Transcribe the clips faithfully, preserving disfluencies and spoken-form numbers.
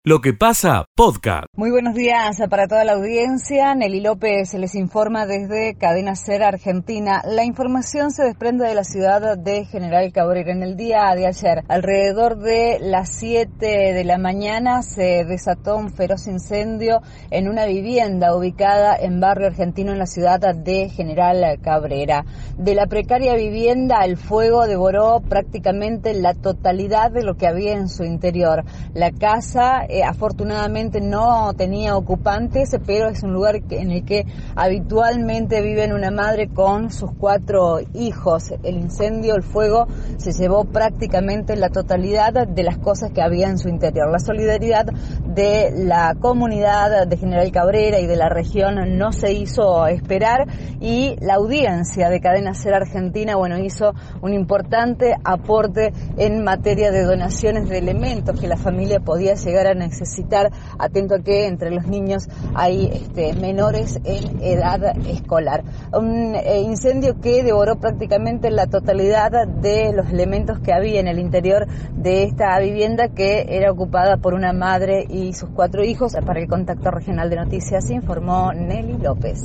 Lo que pasa, podcast. Muy buenos días para toda la audiencia. Nelly López les informa desde Cadena Ser Argentina. La información se desprende de la ciudad de General Cabrera. En el día de ayer, alrededor de las siete de la mañana, se desató un feroz incendio en una vivienda ubicada en Barrio Argentino en la ciudad de General Cabrera. De la precaria vivienda, el fuego devoró prácticamente la totalidad de lo que había en su interior. La casa Eh, afortunadamente no tenía ocupantes, pero es un lugar que, en el que habitualmente viven una madre con sus cuatro hijos. El incendio, el fuego, se llevó prácticamente la totalidad de las cosas que había en su interior. La solidaridad de la comunidad de General Cabrera y de la región no se hizo esperar, y la audiencia de Cadena Ser Argentina, bueno, hizo un importante aporte en materia de donaciones de elementos que la familia podía llegar a necesitar, atento a que entre los niños hay este, menores en edad escolar. Un eh, incendio que devoró prácticamente la totalidad de los elementos que había en el interior de esta vivienda, que era ocupada por una madre y sus cuatro hijos. Para el Contacto Regional de Noticias informó Nelly López.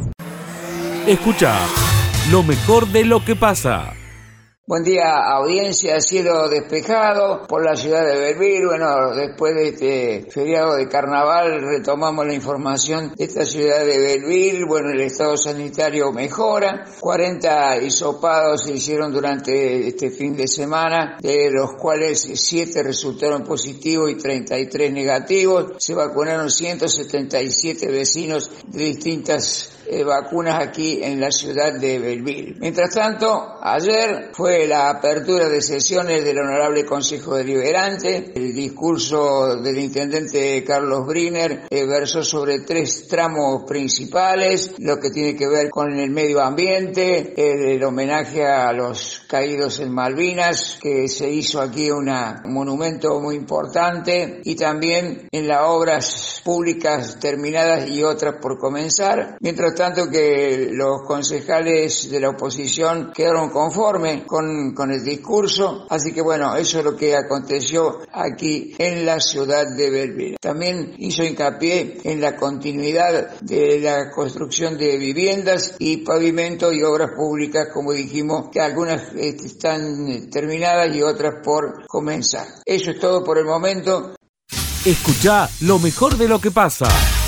Escucha lo mejor de lo que pasa. Buen día, audiencia. Cielo despejado por la ciudad de Belvir. Bueno, después de este feriado de carnaval retomamos la información de esta ciudad de Belvir. Bueno, el estado sanitario mejora. cuarenta hisopados se hicieron durante este fin de semana, de los cuales siete resultaron positivos y treinta y tres negativos. Se vacunaron ciento setenta y siete vecinos de distintas eh, vacunas aquí en la ciudad de Belvir. Mientras tanto, ayer fue la apertura de sesiones del Honorable Consejo Deliberante. El discurso del intendente Carlos Briner eh, versó sobre tres tramos principales: lo que tiene que ver con el medio ambiente, el, el homenaje a los caídos en Malvinas, que se hizo aquí una, un monumento muy importante, y también en las obras públicas terminadas y otras por comenzar. Mientras tanto, que los concejales de la oposición quedaron conformes con con el discurso, así que bueno, eso es lo que aconteció aquí en la ciudad de Belvir. También hizo hincapié en la continuidad de la construcción de viviendas y pavimento y obras públicas, como dijimos, que algunas están terminadas y otras por comenzar. Eso es todo por el momento. Escuchá lo mejor de lo que pasa.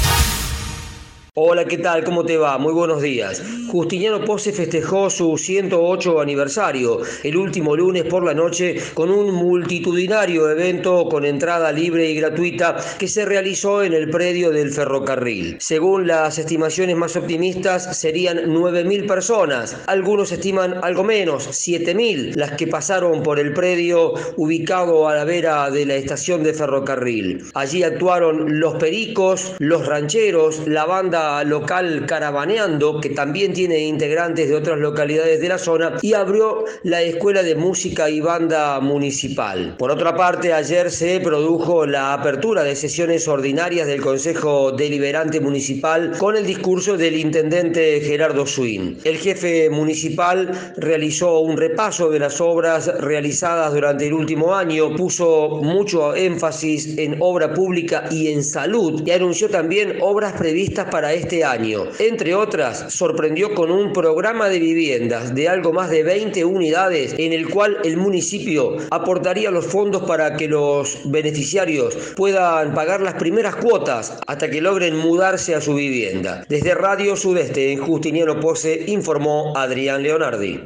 Hola, ¿qué tal? ¿Cómo te va? Muy buenos días. Justiniano Posse festejó su ciento ocho aniversario el último lunes por la noche con un multitudinario evento con entrada libre y gratuita que se realizó en el predio del ferrocarril. Según las estimaciones más optimistas, serían nueve mil personas. Algunos estiman algo menos, siete mil, las que pasaron por el predio ubicado a la vera de la estación de ferrocarril. Allí actuaron Los Pericos, Los Rancheros, la banda local Caravaneando, que también tiene integrantes de otras localidades de la zona, y abrió la Escuela de Música y Banda Municipal. Por otra parte, ayer se produjo la apertura de sesiones ordinarias del Consejo Deliberante Municipal con el discurso del intendente Gerardo Suín. El jefe municipal realizó un repaso de las obras realizadas durante el último año, puso mucho énfasis en obra pública y en salud, y anunció también obras previstas para este año. Entre otras, sorprendió con un programa de viviendas de algo más de veinte unidades, en el cual el municipio aportaría los fondos para que los beneficiarios puedan pagar las primeras cuotas hasta que logren mudarse a su vivienda. Desde Radio Sudeste, en Justiniano Posse, informó Adrián Leonardi.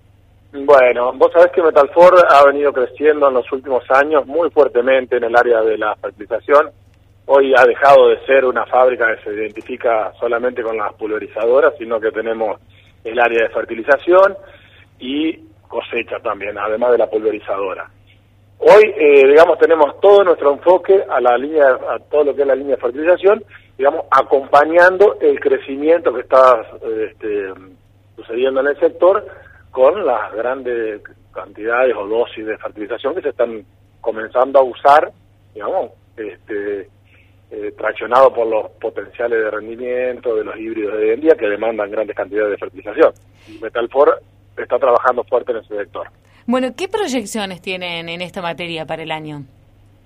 Bueno, vos sabés que Metalfor ha venido creciendo en los últimos años muy fuertemente en el área de la fertilización. Hoy ha dejado de ser una fábrica que se identifica solamente con las pulverizadoras, sino que tenemos el área de fertilización y cosecha también, además de la pulverizadora. Hoy, eh, digamos, tenemos todo nuestro enfoque a la línea, a todo lo que es la línea de fertilización, digamos, acompañando el crecimiento que está este, sucediendo en el sector con las grandes cantidades o dosis de fertilización que se están comenzando a usar, digamos, este Eh, traccionado por los potenciales de rendimiento de los híbridos de hoy en día que demandan grandes cantidades de fertilización. Metalfor está trabajando fuerte en ese sector. Bueno, ¿qué proyecciones tienen en esta materia para el año?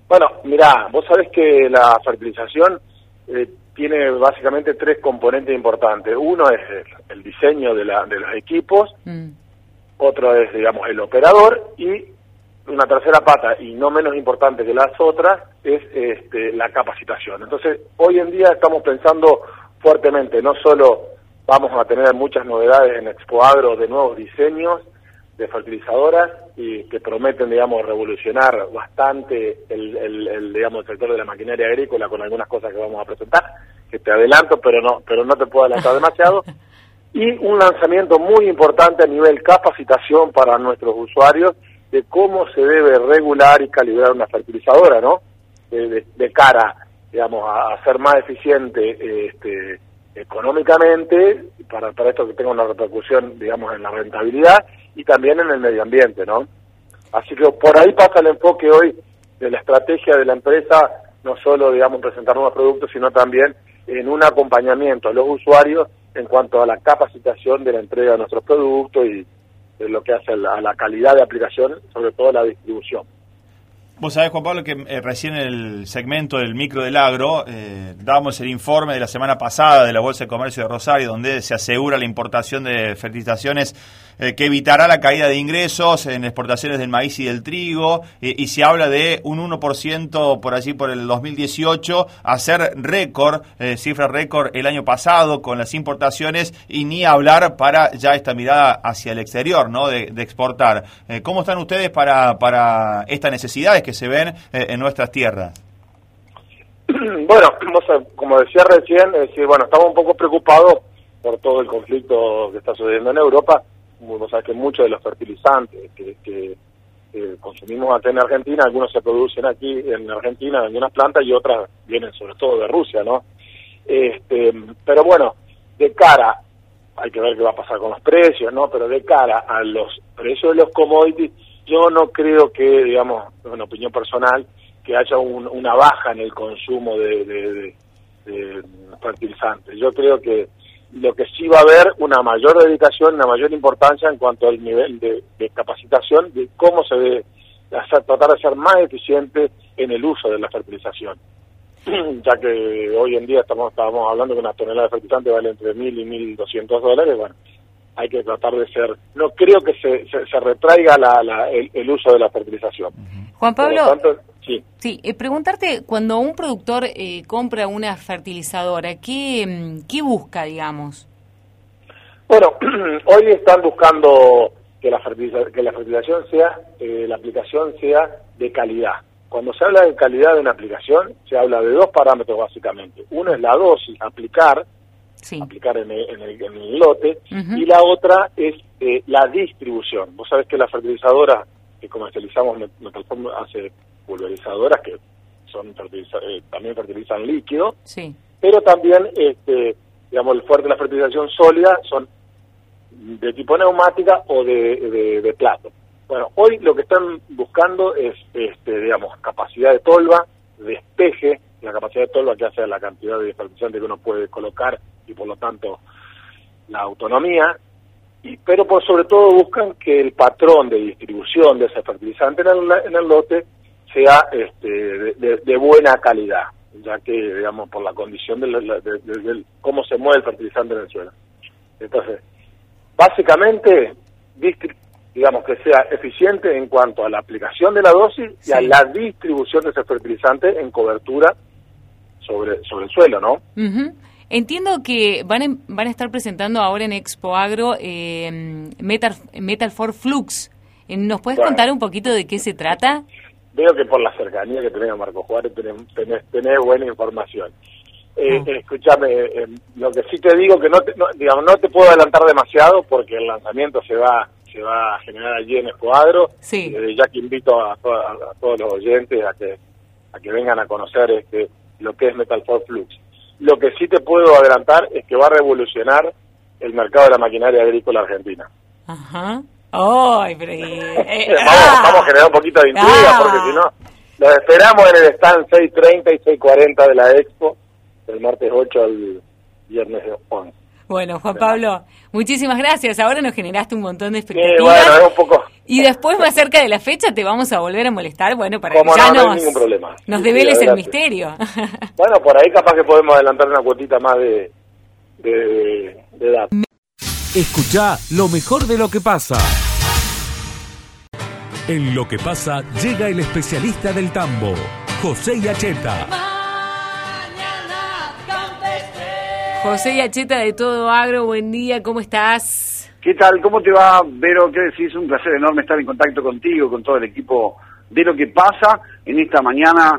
Bueno, mirá, vos sabés que la fertilización eh, tiene básicamente tres componentes importantes. Uno es el, el diseño de, la, de los equipos, mm. otro es, digamos, el operador, y una tercera pata, y no menos importante que las otras, es este, la capacitación. Entonces, hoy en día estamos pensando fuertemente, no solo vamos a tener muchas novedades en Expo Agro de nuevos diseños de fertilizadoras y que prometen, digamos, revolucionar bastante el, el, el, digamos, el sector de la maquinaria agrícola con algunas cosas que vamos a presentar, que te adelanto, pero no, pero no te puedo adelantar demasiado, y un lanzamiento muy importante a nivel capacitación para nuestros usuarios de cómo se debe regular y calibrar una fertilizadora, ¿no? De, de, de cara, digamos, a, a ser más eficiente este, económicamente, para, para esto que tenga una repercusión, digamos, en la rentabilidad y también en el medio ambiente, ¿no? Así que por ahí pasa el enfoque hoy de la estrategia de la empresa, no solo, digamos, presentar nuevos productos, sino también en un acompañamiento a los usuarios en cuanto a la capacitación de la entrega de nuestros productos y de lo que hace a la, a la calidad de aplicación, sobre todo la distribución. Vos sabés, Juan Pablo, que eh, recién en el segmento del micro del agro eh, dábamos el informe de la semana pasada de la Bolsa de Comercio de Rosario, donde se asegura la importación de fertilizaciones eh, que evitará la caída de ingresos en exportaciones del maíz y del trigo, eh, y se habla de un uno por ciento por allí por el dos mil dieciocho, hacer récord, eh, cifra récord el año pasado con las importaciones, y ni hablar para ya esta mirada hacia el exterior, ¿no? De, de exportar. Eh, ¿Cómo están ustedes para, para estas necesidades que se ven eh, en nuestras tierras? Bueno, como decía recién, es decir, bueno, estamos un poco preocupados por todo el conflicto que está sucediendo en Europa. Vos sabés que muchos de los fertilizantes que, que, que consumimos acá en Argentina, algunos se producen aquí en Argentina en algunas plantas y otras vienen sobre todo de Rusia, ¿no? Este, pero bueno, de cara, hay que ver qué va a pasar con los precios, ¿no? Pero de cara a los precios de los commodities, yo no creo que, digamos, es una opinión personal, que haya un, una baja en el consumo de, de, de, de fertilizantes. Yo creo que lo que sí va a haber una mayor dedicación, una mayor importancia en cuanto al nivel de, de capacitación, de cómo se debe hacer, tratar de ser más eficiente en el uso de la fertilización. Ya que hoy en día estamos, estábamos hablando que una tonelada de fertilizante vale entre mil y mil doscientos dólares, bueno, hay que tratar de ser, no creo que se, se, se retraiga la, la, el, el uso de la fertilización. Juan Pablo, tanto, sí, sí eh, preguntarte, cuando un productor eh, compra una fertilizadora, ¿qué, qué busca, digamos? Bueno, hoy están buscando que la, fertiliza, que la fertilización sea, eh, la aplicación sea de calidad. Cuando se habla de calidad de una aplicación, se habla de dos parámetros básicamente. Uno es la dosis, aplicar, Sí. aplicar en el, en el, en el lote, uh-huh. y la otra es eh, la distribución. Vos sabés que las fertilizadoras que comercializamos, Metalform hace pulverizadoras que son fertiliza, eh, también fertilizan líquido, sí. pero también, este, digamos, el fuerte de la fertilización sólida son de tipo neumática o de, de, de plato. Bueno, hoy lo que están buscando es, este, digamos, capacidad de tolva, despeje, la capacidad de tolva que hace la cantidad de fertilizante que uno puede colocar y por lo tanto la autonomía, y, pero por sobre todo buscan que el patrón de distribución de ese fertilizante en el, en el lote sea este, de, de, de buena calidad, ya que, digamos, por la condición de, la, de, de, de cómo se mueve el fertilizante en el suelo. Entonces, básicamente, digamos, que sea eficiente en cuanto a la aplicación de la dosis sí. y a la distribución de ese fertilizante en cobertura sobre sobre el suelo, ¿no? Uh-huh. Entiendo que van, en, van a estar presentando ahora en Expo Agro eh, Metal, Metalform Flux. ¿Nos puedes bueno. contar un poquito de qué se trata? Veo que por la cercanía que tenés a Marco Juárez tenés, tenés, tenés buena información. Eh, ah. Escúchame, eh, lo que sí te digo que no te, no, digamos, no te puedo adelantar demasiado porque el lanzamiento se va se va a generar allí en Expo Agro. Sí. Eh, ya que invito a, to a, a todos los oyentes a que a que vengan a conocer este lo que es Metalform Flux. Lo que sí te puedo adelantar es que va a revolucionar el mercado de la maquinaria agrícola argentina. Ajá. ¡Ay, pero... Eh, vamos, ah, vamos a generar un poquito de intriga, ah, porque si no, los esperamos en el stand seis treinta y seis cuarenta de la Expo, del martes ocho al viernes once. Bueno, Juan Pablo, muchísimas gracias. Ahora nos generaste un montón de expectativas. Sí, bueno, es un poco... Y después, más cerca de la fecha, te vamos a volver a molestar, bueno, para que Como ya no, no nos, hay ningún problema. nos Sí, develes sí, el adelante. misterio. Bueno, por ahí capaz que podemos adelantar una cuotita más de, de, de edad. Escuchá lo mejor de lo que pasa. En Lo que pasa llega el especialista del tambo, José Yacheta. José Yacheta de Todo Agro, buen día, ¿cómo estás? ¿Qué tal? ¿Cómo te va, Vero? ¿Qué decís? Un placer enorme estar en contacto contigo, con todo el equipo de Lo que pasa en esta mañana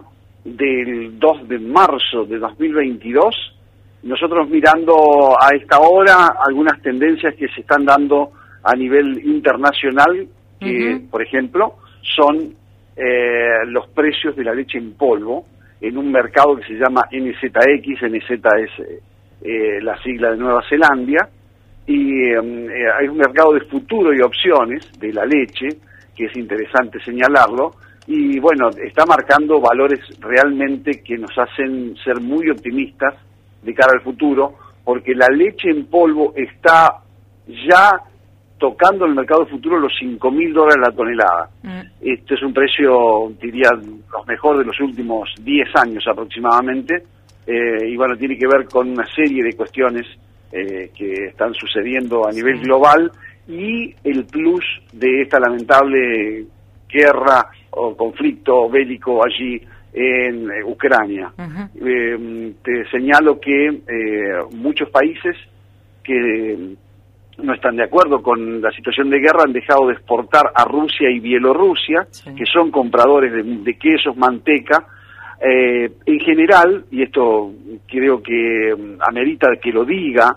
del dos de marzo de dos mil veintidós. Nosotros mirando a esta hora algunas tendencias que se están dando a nivel internacional, que, uh-huh. por ejemplo, son eh, los precios de la leche en polvo en un mercado que se llama N Z X. N Z es eh, la sigla de Nueva Zelanda, y eh, hay un mercado de futuro y opciones de la leche, que es interesante señalarlo, y bueno, está marcando valores realmente que nos hacen ser muy optimistas de cara al futuro, porque la leche en polvo está ya tocando en el mercado futuro los cinco mil dólares la tonelada. Mm. Este es un precio, diría, los mejor de los últimos diez años aproximadamente, eh, y bueno, tiene que ver con una serie de cuestiones eh, que están sucediendo a nivel sí. global, y el plus de esta lamentable guerra o conflicto bélico allí en eh, Ucrania. Uh-huh. Eh, te señalo que eh, muchos países que no están de acuerdo con la situación de guerra han dejado de exportar a Rusia y Bielorrusia, sí. que son compradores de, de quesos, manteca. Eh, en general, y esto creo que amerita que lo diga,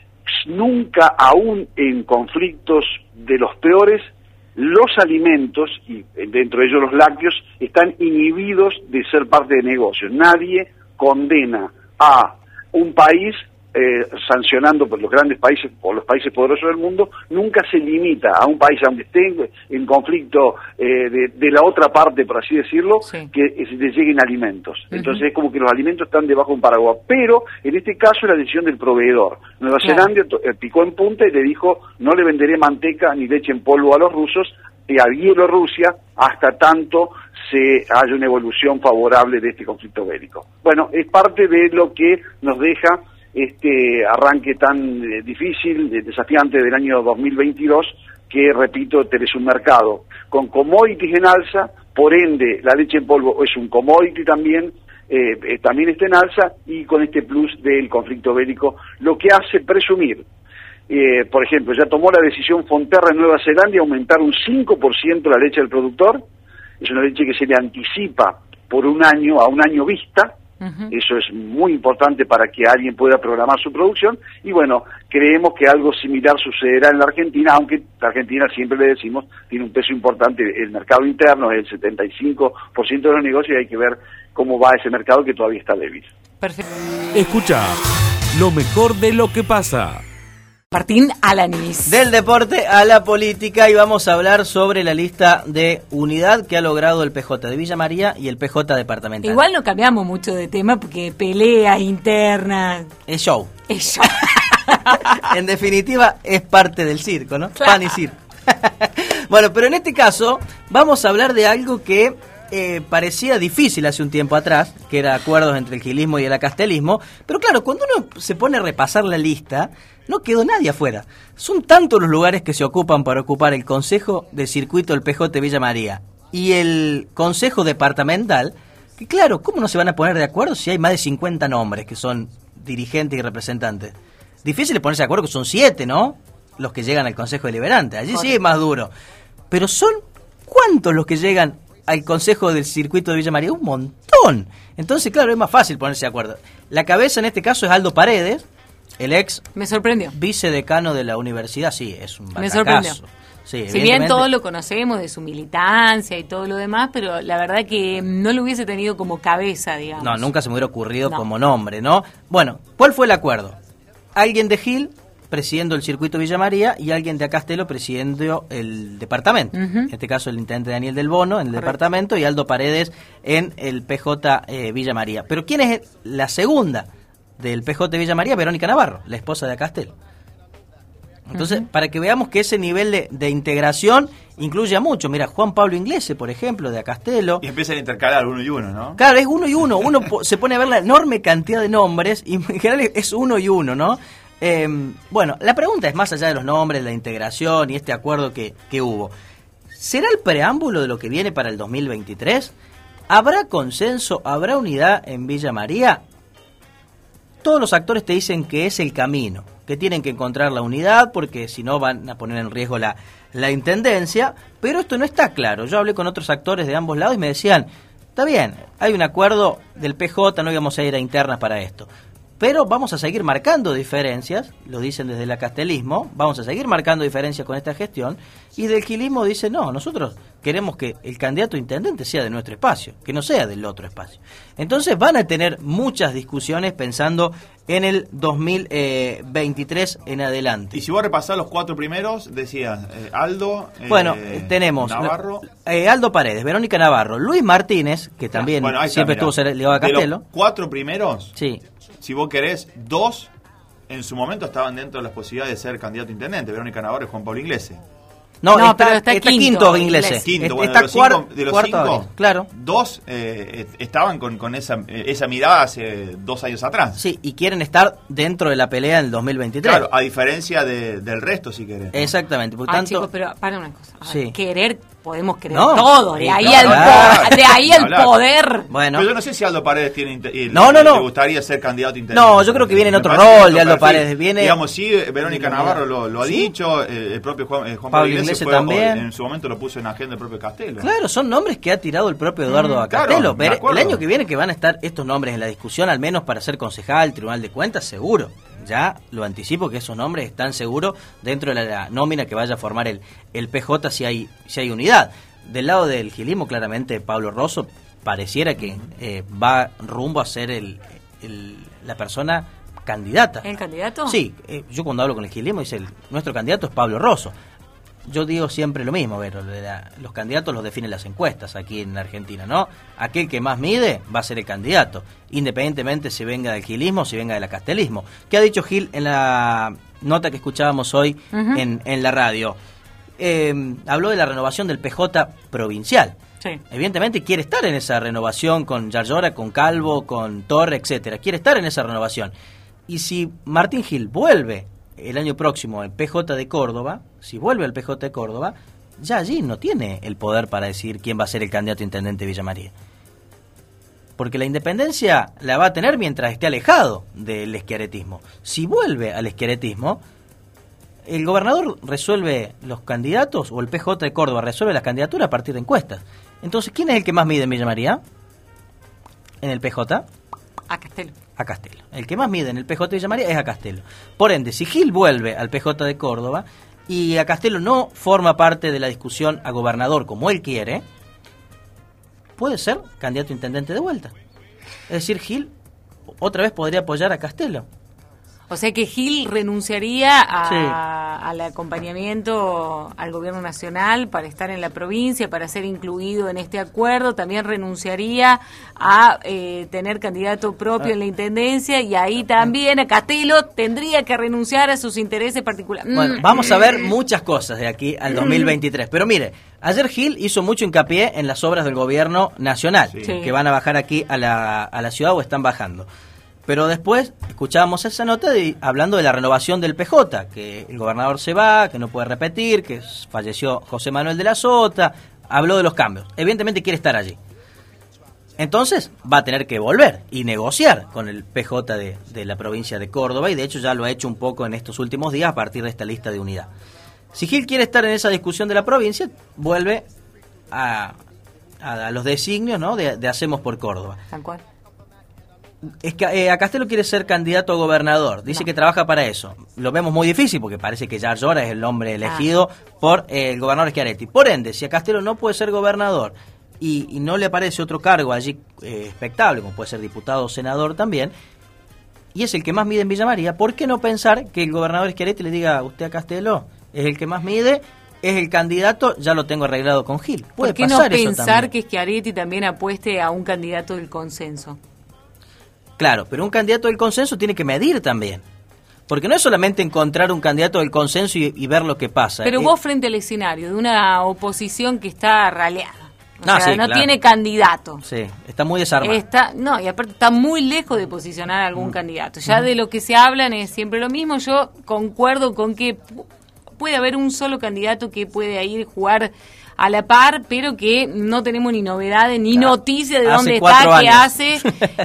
nunca, aún en conflictos de los peores, los alimentos, y dentro de ellos los lácteos, están inhibidos de ser parte de negocios. Nadie condena a un país eh, sancionando por los grandes países, por los países poderosos del mundo, nunca se limita a un país, aunque esté en, en conflicto eh, de, de la otra parte, por así decirlo, sí. que le lleguen alimentos. Uh-huh. Entonces es como que los alimentos están debajo de un paraguas. Pero en este caso es la decisión del proveedor. Nueva claro. Zelanda eh, picó en punta y le dijo: no le venderé manteca ni leche en polvo a los rusos y a Bielorrusia hasta tanto se haya una evolución favorable de este conflicto bélico. Bueno, es parte de lo que nos deja este arranque tan eh, difícil, eh, desafiante del año dos mil veintidós, que, repito, tenés un mercado con commodities en alza, por ende la leche en polvo es un commodity también, eh, eh, también está en alza, y con este plus del conflicto bélico, lo que hace presumir, eh, por ejemplo, ya tomó la decisión Fonterra en Nueva Zelanda de aumentar un cinco por ciento la leche del productor. Es una leche que se le anticipa por un año, a un año vista. Uh-huh. Eso es muy importante para que alguien pueda programar su producción, y bueno, creemos que algo similar sucederá en la Argentina, aunque la Argentina, siempre le decimos, tiene un peso importante, el mercado interno es el setenta y cinco por ciento de los negocios, y hay que ver cómo va ese mercado que todavía está débil. Perfecto. Escucha lo mejor de lo que pasa. Martín Alanis. Del deporte a la política, y vamos a hablar sobre la lista de unidad que ha logrado el P J de Villa María y el P J departamental. Igual no cambiamos mucho de tema porque peleas internas. Es show. Es show. En definitiva, es parte del circo, ¿no? Claro. Pan y circo. Bueno, pero en este caso vamos a hablar de algo que eh, parecía difícil hace un tiempo atrás, que era acuerdos entre el gilismo y el acastelismo, pero claro, cuando uno se pone a repasar la lista, no quedó nadie afuera. Son tantos los lugares que se ocupan para ocupar el Consejo de Circuito del P J de Villa María y el Consejo Departamental, que claro, ¿cómo no se van a poner de acuerdo si hay más de cincuenta nombres que son dirigentes y representantes? Difícil de ponerse de acuerdo, que son siete, ¿no? Los que llegan al Consejo Deliberante. Allí sí es más duro. Pero son, ¿cuántos los que llegan al Consejo del Circuito de Villa María? Un montón. Entonces, claro, es más fácil ponerse de acuerdo. La cabeza en este caso es Aldo Paredes, el ex me sorprendió vicedecano de la universidad. Sí, es un batacazo. Me sorprendió. Sí, si bien todos lo conocemos de su militancia y todo lo demás, pero la verdad que no lo hubiese tenido como cabeza, digamos. No, nunca se me hubiera ocurrido no. como nombre, ¿no? Bueno, ¿cuál fue el acuerdo? Alguien de Gil presidiendo el circuito Villa María y alguien de Acastelo presidiendo el departamento. Uh-huh. En este caso el intendente Daniel del Bono en el Correcto. Departamento y Aldo Paredes en el P J eh, Villa María. Pero ¿quién es la segunda del P J de Villa María? Verónica Navarro, la esposa de Acastelo. Entonces, Uh-huh. para que veamos que ese nivel de, de integración incluye a mucho. Mira, Juan Pablo Inglese, por ejemplo, de Acastelo. Y empiezan a intercalar uno y uno, ¿no? Claro, es uno y uno. Uno po- se pone a ver la enorme cantidad de nombres y en general es uno y uno, ¿no? Eh, bueno, la pregunta es más allá de los nombres, la integración y este acuerdo que, que hubo. ¿Será el preámbulo de lo que viene para el dos mil veintitrés? ¿Habrá consenso? ¿Habrá unidad en Villa María? Todos los actores te dicen que es el camino, que tienen que encontrar la unidad porque si no van a poner en riesgo la, la intendencia, pero esto no está claro. Yo hablé con otros actores de ambos lados y me decían, está bien, hay un acuerdo del P J, no íbamos a ir a internas para esto, pero vamos a seguir marcando diferencias, lo dicen desde el acastelismo, vamos a seguir marcando diferencias con esta gestión, y del gilismo dice, no, nosotros queremos que el candidato a intendente sea de nuestro espacio, que no sea del otro espacio. Entonces van a tener muchas discusiones pensando en el dos mil veintitrés en adelante. Y si vos repasás los cuatro primeros, decías eh, Aldo, eh, Bueno, tenemos Navarro, eh, Aldo Paredes, Verónica Navarro, Luis Martínez, que también bueno, ahí está, siempre mirá. estuvo ligado a De Castelo. los cuatro primeros, Sí. si vos querés, dos en su momento estaban dentro de las posibilidades de ser candidato a intendente, Verónica Navarro y Juan Pablo Inglese. No, No, está, pero está está quinto, quinto Inglese. Quinto, Está bueno, de los cinco, cuar- de los cuarto cinco, Abril, claro. dos eh, estaban con, con esa, eh, esa mirada hace dos años atrás. Sí, y quieren estar dentro de la pelea en el dos mil veintitrés. Claro, a diferencia de, del resto, si querés. ¿no? Exactamente, por Ah, tanto... chicos, pero para una cosa. A ver, Sí. querer, podemos querer No, todo. De sí, ahí claro, al, claro. po- de ahí al Hablar. poder. Bueno, Pero yo no sé si Aldo Paredes tiene inter- y No, no, le no. gustaría ser candidato a intendente. No, yo creo que viene en Me otro parece que rol es de otro Aldo perfil. Paredes, viene- Digamos, sí, Verónica Viene- Navarro lo, lo ha ¿Sí? dicho, el, el propio Juan, eh, Juan Pablo Pablo Iglesias Iglesias fue- también. en su momento lo puso en agenda el propio Castelo. claro, son nombres que ha tirado el propio Eduardo Mm, Acastelo. claro, de Ver- acuerdo. el año que viene que van a estar estos nombres en la discusión, al menos para ser concejal, Tribunal de Cuentas, seguro. Ya lo anticipo que esos nombres están seguros dentro de la, la nómina que vaya a formar el, el P J si hay, si hay unidad. Del lado del gilismo, claramente, Pablo Rosso pareciera que eh, va rumbo a ser el, el- la persona candidata. ¿El candidato? Sí, eh, yo cuando hablo con el gilismo dice, el, nuestro candidato es Pablo Rosso. Yo digo siempre lo mismo, pero la- los candidatos los definen las encuestas aquí en Argentina, ¿no? Aquel que más mide va a ser el candidato, independientemente si venga del gilismo o si venga del acastelismo. ¿Qué ha dicho Gil en la nota que escuchábamos hoy Ujú. en, en la radio? Eh, habló de la renovación del P J provincial. Sí. Evidentemente quiere estar en esa renovación con Yarlora, con Calvo, con Torre, etcétera. Quiere estar en esa renovación. Y si Martín Gil vuelve el año próximo al P J de Córdoba, si vuelve al P J de Córdoba, ya allí no tiene el poder para decir quién va a ser el candidato a intendente de Villa María. Porque la independencia la va a tener mientras esté alejado del esquiaretismo. Si vuelve al esquiaretismo, el gobernador resuelve los candidatos, o el P J de Córdoba resuelve las candidaturas a partir de encuestas. Entonces, ¿quién es el que más mide en Villa María? En el P J, A Castelo. a Castelo. El que más mide en el P J de Villa María es a Castelo. Por ende, si Gil vuelve al P J de Córdoba y a Castelo no forma parte de la discusión a gobernador como él quiere, puede ser candidato a intendente de vuelta. Es decir, Gil otra vez podría apoyar a Castelo. O sea que Gil renunciaría a, Sí. al acompañamiento al gobierno nacional para estar en la provincia, para ser incluido en este acuerdo. También renunciaría a eh, tener candidato propio en la intendencia y ahí también a Castelo tendría que renunciar a sus intereses particulares. Bueno, Mm. vamos a ver muchas cosas de aquí al dos mil veintitrés. Pero mire, ayer Gil hizo mucho hincapié en las obras del gobierno nacional, Sí. Sí. que van a bajar aquí a la, a la ciudad o están bajando. Pero después escuchábamos esa nota de, hablando de la renovación del P J, que el gobernador se va, que no puede repetir, que falleció José Manuel de la Sota, habló de los cambios. Evidentemente quiere estar allí. Entonces va a tener que volver y negociar con el P J de, de la provincia de Córdoba, y de hecho ya lo ha hecho un poco en estos últimos días a partir de esta lista de unidad. Si Gil quiere estar en esa discusión de la provincia, vuelve a, a, a los designios, ¿no?, de, de Hacemos por Córdoba. Tal cual. Es que eh, a Castelo quiere ser candidato a gobernador, dice No. que trabaja para eso. Lo vemos muy difícil porque parece que Yarlora es el hombre elegido por eh, el gobernador Schiaretti. Por ende, si a Castelo no puede ser gobernador y, y no le aparece otro cargo allí eh, expectable, como puede ser diputado o senador también, y es el que más mide en Villa María, ¿por qué no pensar que el gobernador Schiaretti le diga, usted a Castelo es el que más mide, es el candidato, ya lo tengo arreglado con Gil? Puede ¿Por qué no pasar eso pensar también. que Schiaretti también apueste a un candidato del consenso? Claro, pero un candidato del consenso tiene que medir también. Porque no es solamente encontrar un candidato del consenso y, y ver lo que pasa. Pero eh, vos frente al escenario de una oposición que está raleada, o no, sea, sí, no claro. tiene candidato. Sí, está muy desarmado. Está, no, y aparte está muy lejos de posicionar a algún mm. candidato. Ya mm. de lo que se hablan es siempre lo mismo. Yo concuerdo con que puede haber un solo candidato que puede ir a jugar a la par, pero que no tenemos ni novedades, ni claro. noticias de hace dónde está, qué años. hace,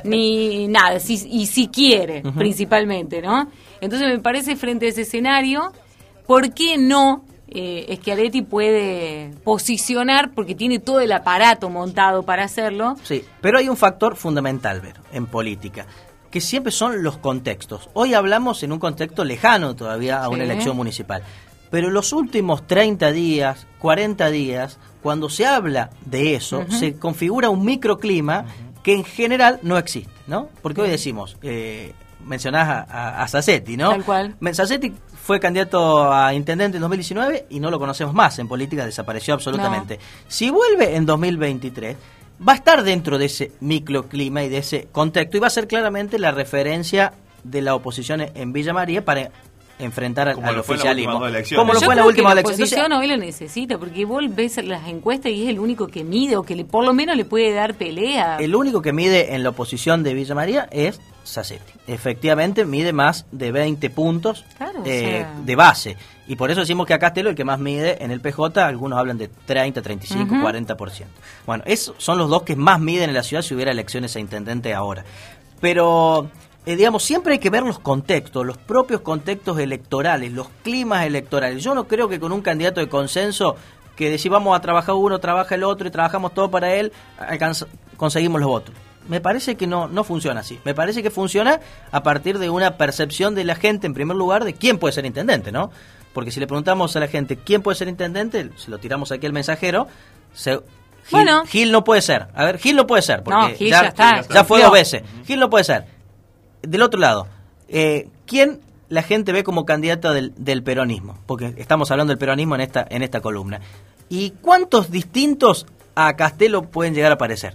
ni nada, si, y si quiere, uh-huh. principalmente, ¿no? Entonces me parece, frente a ese escenario, ¿por qué no eh, Schiaretti puede posicionar, porque tiene todo el aparato montado para hacerlo? Sí, pero hay un factor fundamental, Vero, en política, que siempre son los contextos. Hoy hablamos en un contexto lejano todavía a sí. una elección municipal. Pero los últimos treinta días, cuarenta días, cuando se habla de eso, uh-huh. se configura un microclima uh-huh. que en general no existe, ¿no? Porque uh-huh. hoy decimos, eh, mencionás a, a, a Sassetti, ¿no? Tal cual. Sassetti fue candidato a intendente en dos mil diecinueve y no lo conocemos más en política, desapareció absolutamente. No. Si vuelve en dos mil veintitrés, va a estar dentro de ese microclima y de ese contexto y va a ser claramente la referencia de la oposición en Villa María para enfrentar al, al oficialismo. Como lo fue en la última elección. La oposición hoy lo necesita, porque vos ves las encuestas y es el único que mide, o que le, por lo menos le puede dar pelea. El único que mide en la oposición de Villa María es Sassetti. Efectivamente, mide más de veinte puntos claro, eh, o sea... de base. Y por eso decimos que a Castelo el que más mide en el P J, algunos hablan de treinta, treinta y cinco, uh-huh. cuarenta por ciento. Bueno, esos son los dos que más miden en la ciudad si hubiera elecciones a intendente ahora. Pero... Eh, digamos, siempre hay que ver los contextos, los propios contextos electorales, los climas electorales. Yo no creo que con un candidato de consenso que decir vamos a trabajar uno, trabaja el otro y trabajamos todo para él, alcanza, conseguimos los votos. Me parece que no, no funciona así. Me parece que funciona a partir de una percepción de la gente, en primer lugar, de quién puede ser intendente, ¿no? Porque si le preguntamos a la gente quién puede ser intendente, se lo tiramos aquí al mensajero, se... Gil, bueno. Gil no puede ser. A ver, Gil no puede ser, porque no, Gil ya, ya, está, ya fue dos veces. Gil no puede ser. Del otro lado, eh, ¿quién la gente ve como candidato del, del peronismo? Porque estamos hablando del peronismo en esta en esta columna. ¿Y cuántos distintos a Castelo pueden llegar a aparecer?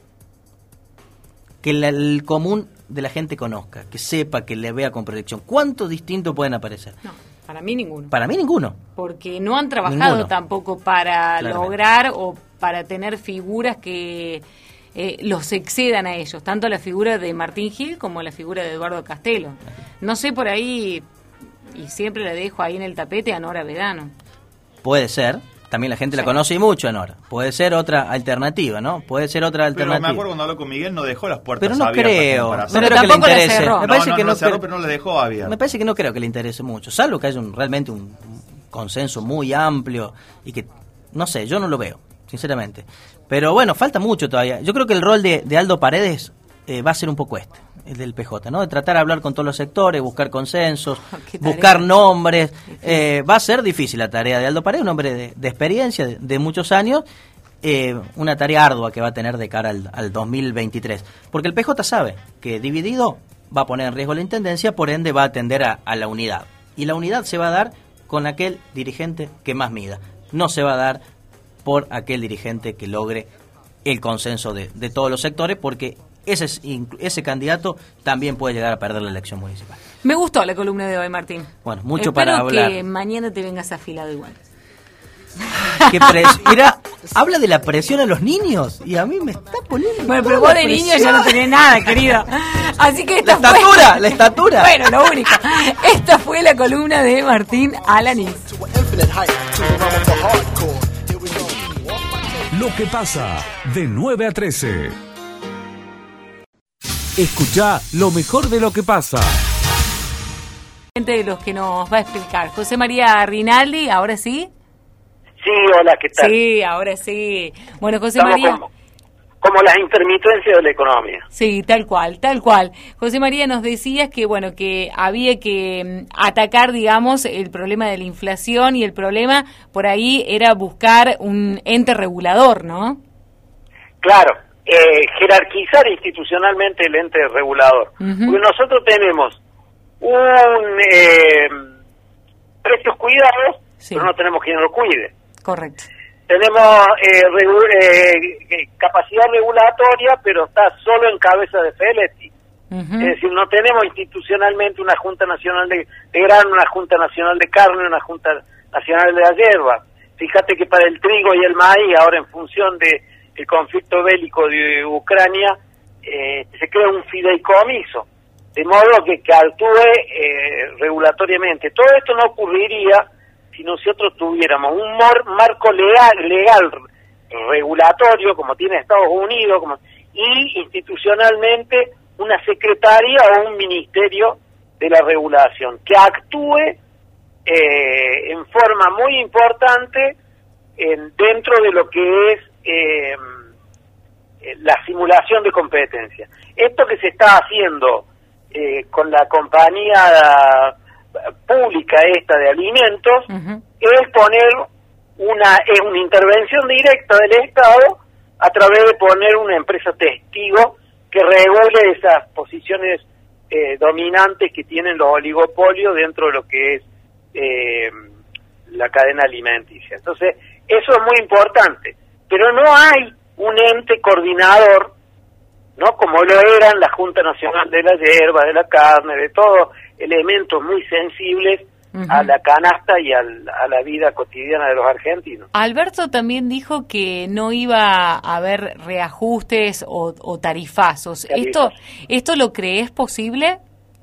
Que la, el común de la gente conozca, que sepa, que le vea con proyección. ¿Cuántos distintos pueden aparecer? No, para mí ninguno. Para mí ninguno. Porque no han trabajado ninguno. tampoco para lograr o para tener figuras que... Eh, los excedan a ellos, tanto la figura de Martín Gil como la figura de Eduardo Castelo. No sé, por ahí, y siempre la dejo ahí en el tapete, a Nora Vedano. Puede ser, también la gente sí. la conoce y mucho a Nora. Puede ser otra alternativa, ¿no? Puede ser otra alternativa. Pero me acuerdo cuando habló con Miguel, no dejó las puertas abiertas. Pero no creo, para no creo pero que le interese. Le cerró. Me parece no, no, que no, no cerró, creo, pero no le dejó abierto. Me parece que no creo que le interese mucho, salvo que haya un, realmente un, un consenso muy amplio y que, no sé, yo no lo veo, sinceramente. Pero bueno, falta mucho todavía. Yo creo que el rol de, de Aldo Paredes eh, va a ser un poco este, el del P J, ¿no? De tratar de hablar con todos los sectores, buscar consensos, buscar nombres. Eh, va a ser difícil la tarea de Aldo Paredes, un hombre de, de experiencia, de, de muchos años. Eh, una tarea ardua que va a tener de cara al, al dos mil veintitrés. Porque el P J sabe que dividido va a poner en riesgo la intendencia, por ende va a atender a, a la unidad. Y la unidad se va a dar con aquel dirigente que más mida. No se va a dar por aquel dirigente que logre el consenso de, de todos los sectores, porque ese, ese candidato también puede llegar a perder la elección municipal. Me gustó la columna de hoy, Martín. Bueno, mucho Espero para hablar. que mañana te vengas afilado igual. ¿Qué pres- Mira, habla de la presión a los niños y a mí me está poniendo. Bueno, pero vos de niño ya no tenés nada, querido. Así que esta la fue... estatura, la estatura. Bueno, lo único. Esta fue la columna de Martín Alanís. Lo que pasa de nueve a trece. Escuchá lo mejor de lo que pasa. De los que nos va a explicar. José María Rinaldi, ¿ahora sí? Sí, hola, ¿qué tal? Sí, ahora sí. Bueno, José Estamos María... Como, como las intermitencias de la economía. Sí, tal cual, tal cual. José María, nos decías que, bueno, que había que atacar, digamos, el problema de la inflación, y el problema por ahí era buscar un ente regulador, ¿no? Claro, eh, jerarquizar institucionalmente el ente regulador. Uh-huh. Porque nosotros tenemos un eh, precios cuidados, sí, pero no tenemos quien lo cuide. Correcto. Tenemos eh, regu- eh, capacidad regulatoria, pero está solo en cabeza de Feletti. Uh-huh. Es decir, no tenemos institucionalmente una Junta Nacional de, de Grano, una Junta Nacional de Carne, una Junta Nacional de la Hierba. Fíjate que para el trigo y el maíz, ahora en función de el conflicto bélico de Ucrania, eh, se crea un fideicomiso, de modo que, que actúe eh, regulatoriamente. Todo esto no ocurriría si nosotros tuviéramos un mar, marco legal, legal regulatorio, como tiene Estados Unidos, como, y institucionalmente una secretaría o un ministerio de la regulación que actúe eh, en forma muy importante en, dentro de lo que es eh, la simulación de competencia. Esto que se está haciendo eh, con la compañía pública esta de alimentos, uh-huh, es poner una es una intervención directa del Estado a través de poner una empresa testigo que regule esas posiciones eh, dominantes que tienen los oligopolios dentro de lo que es eh, la cadena alimenticia. Entonces, eso es muy importante, pero no hay un ente coordinador, ¿no? Como lo eran la Junta Nacional de la Hierba, de la Carne, de todos elementos muy sensibles uh-huh, a la canasta y al, a la vida cotidiana de los argentinos. Alberto también dijo que no iba a haber reajustes o, o tarifazos. Tarifas. ¿Esto esto lo crees posible?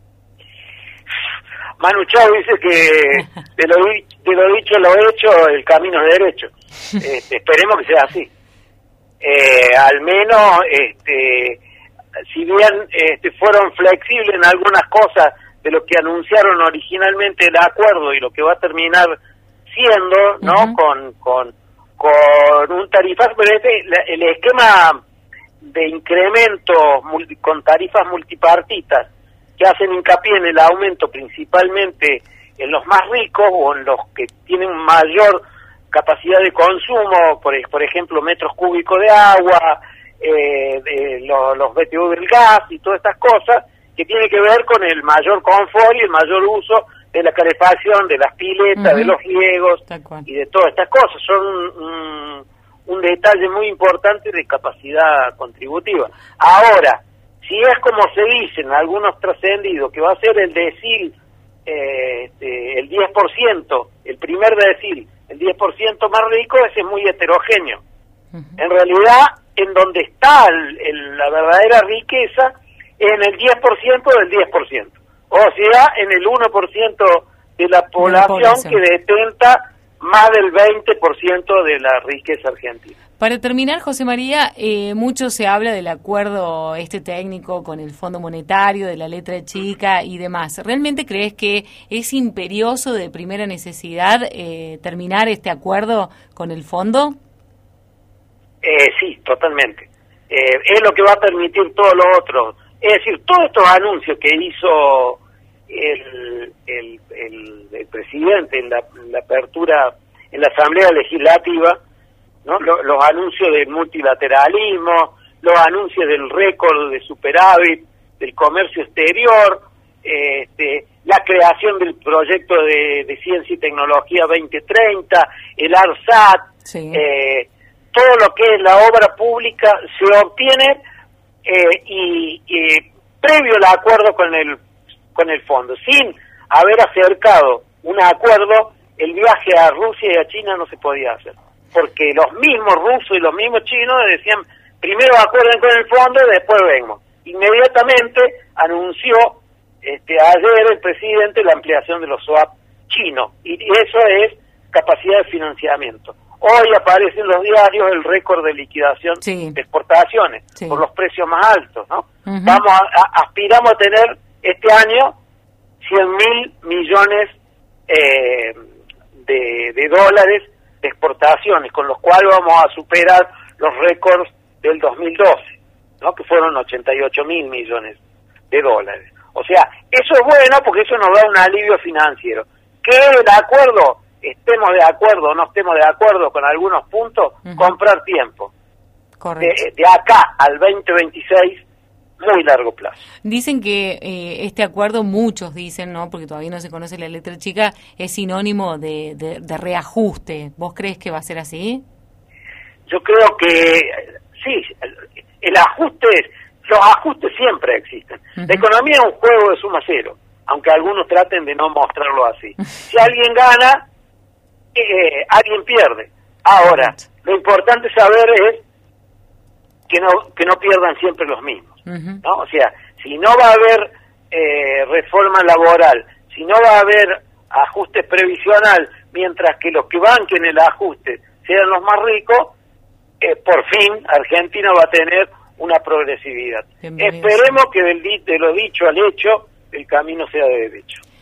Manu Chao dice que de lo, de lo dicho lo hecho, el camino es derecho. Este, esperemos que sea así. Eh, al menos, este, si bien este, fueron flexibles en algunas cosas de lo que anunciaron originalmente el acuerdo y lo que va a terminar siendo, ¿no? Uh-huh. Con, con, con un tarifazo, pero este, el esquema de incremento multi, con tarifas multipartitas que hacen hincapié en el aumento principalmente en los más ricos o en los que tienen mayor capacidad de consumo, por, por ejemplo, metros cúbicos de agua, eh, de lo, los B T U del gas y todas estas cosas, que tiene que ver con el mayor confort y el mayor uso de la calefacción, de las piletas, uh-huh, de los riegos y de todas estas cosas. Son un, un detalle muy importante de capacidad contributiva. Ahora, si es como se dice en algunos trascendidos, que va a ser el decil, eh, este, el diez por ciento, el primer decil, el diez por ciento más rico, ese es muy heterogéneo. Uh-huh. En realidad, en donde está el, el, la verdadera riqueza, en el diez por ciento del diez por ciento. O sea, en el uno por ciento de la población, de la población que detenta más del veinte por ciento de la riqueza argentina. Para terminar, José María, eh, mucho se habla del acuerdo este técnico con el Fondo Monetario, de la letra chica y demás. ¿Realmente crees que es imperioso, de primera necesidad, eh, terminar este acuerdo con el fondo? Eh, sí, totalmente. Eh, es lo que va a permitir todo lo otro. Es decir, todos estos anuncios que hizo el, el, el, el presidente en la, en la apertura, en la Asamblea Legislativa, ¿no? Los, los anuncios del multilateralismo, los anuncios del récord de superávit, del comercio exterior, este, la creación del proyecto de, de ciencia y tecnología veinte treinta, el ARSAT, sí. eh, todo lo que es la obra pública se obtiene eh, y, y previo al acuerdo con el con el fondo, sin haber acercado un acuerdo, el viaje a Rusia y a China no se podía hacer, porque los mismos rusos y los mismos chinos decían, primero acuerden con el fondo y después vemos. Inmediatamente anunció este ayer el presidente la ampliación de los swap chinos, y eso es capacidad de financiamiento. Hoy aparece en los diarios el récord de liquidación sí. de exportaciones, sí. por los precios más altos, ¿no? Uh-huh. Vamos a, a, aspiramos a tener este año cien mil millones eh, de, de dólares de exportaciones, con los cuales vamos a superar los récords del dos mil doce, ¿no? Que fueron ochenta y ocho mil millones de dólares. O sea, eso es bueno porque eso nos da un alivio financiero. ¿Qué es el acuerdo? Estemos de acuerdo o no estemos de acuerdo con algunos puntos, uh-huh. comprar tiempo. Correcto. De, de acá al veinte veintiséis, muy largo plazo. Dicen que eh, este acuerdo, muchos dicen, ¿no? Porque todavía no se conoce la letra chica, es sinónimo de, de, de reajuste. ¿Vos crees que va a ser así? Yo creo que sí, el, el ajuste los ajustes siempre existen. Uh-huh. La economía es un juego de suma cero, aunque algunos traten de no mostrarlo así. Si alguien gana, eh, alguien pierde. Ahora, lo importante saber es que no que no pierdan siempre los mismos, uh-huh. ¿no? O sea, si no va a haber eh, reforma laboral, si no va a haber ajuste previsional, mientras que los que banquen el ajuste sean los más ricos, eh, por fin Argentina va a tener una progresividad. Bienvenido. Esperemos que del, de lo dicho al hecho el camino sea de derecho.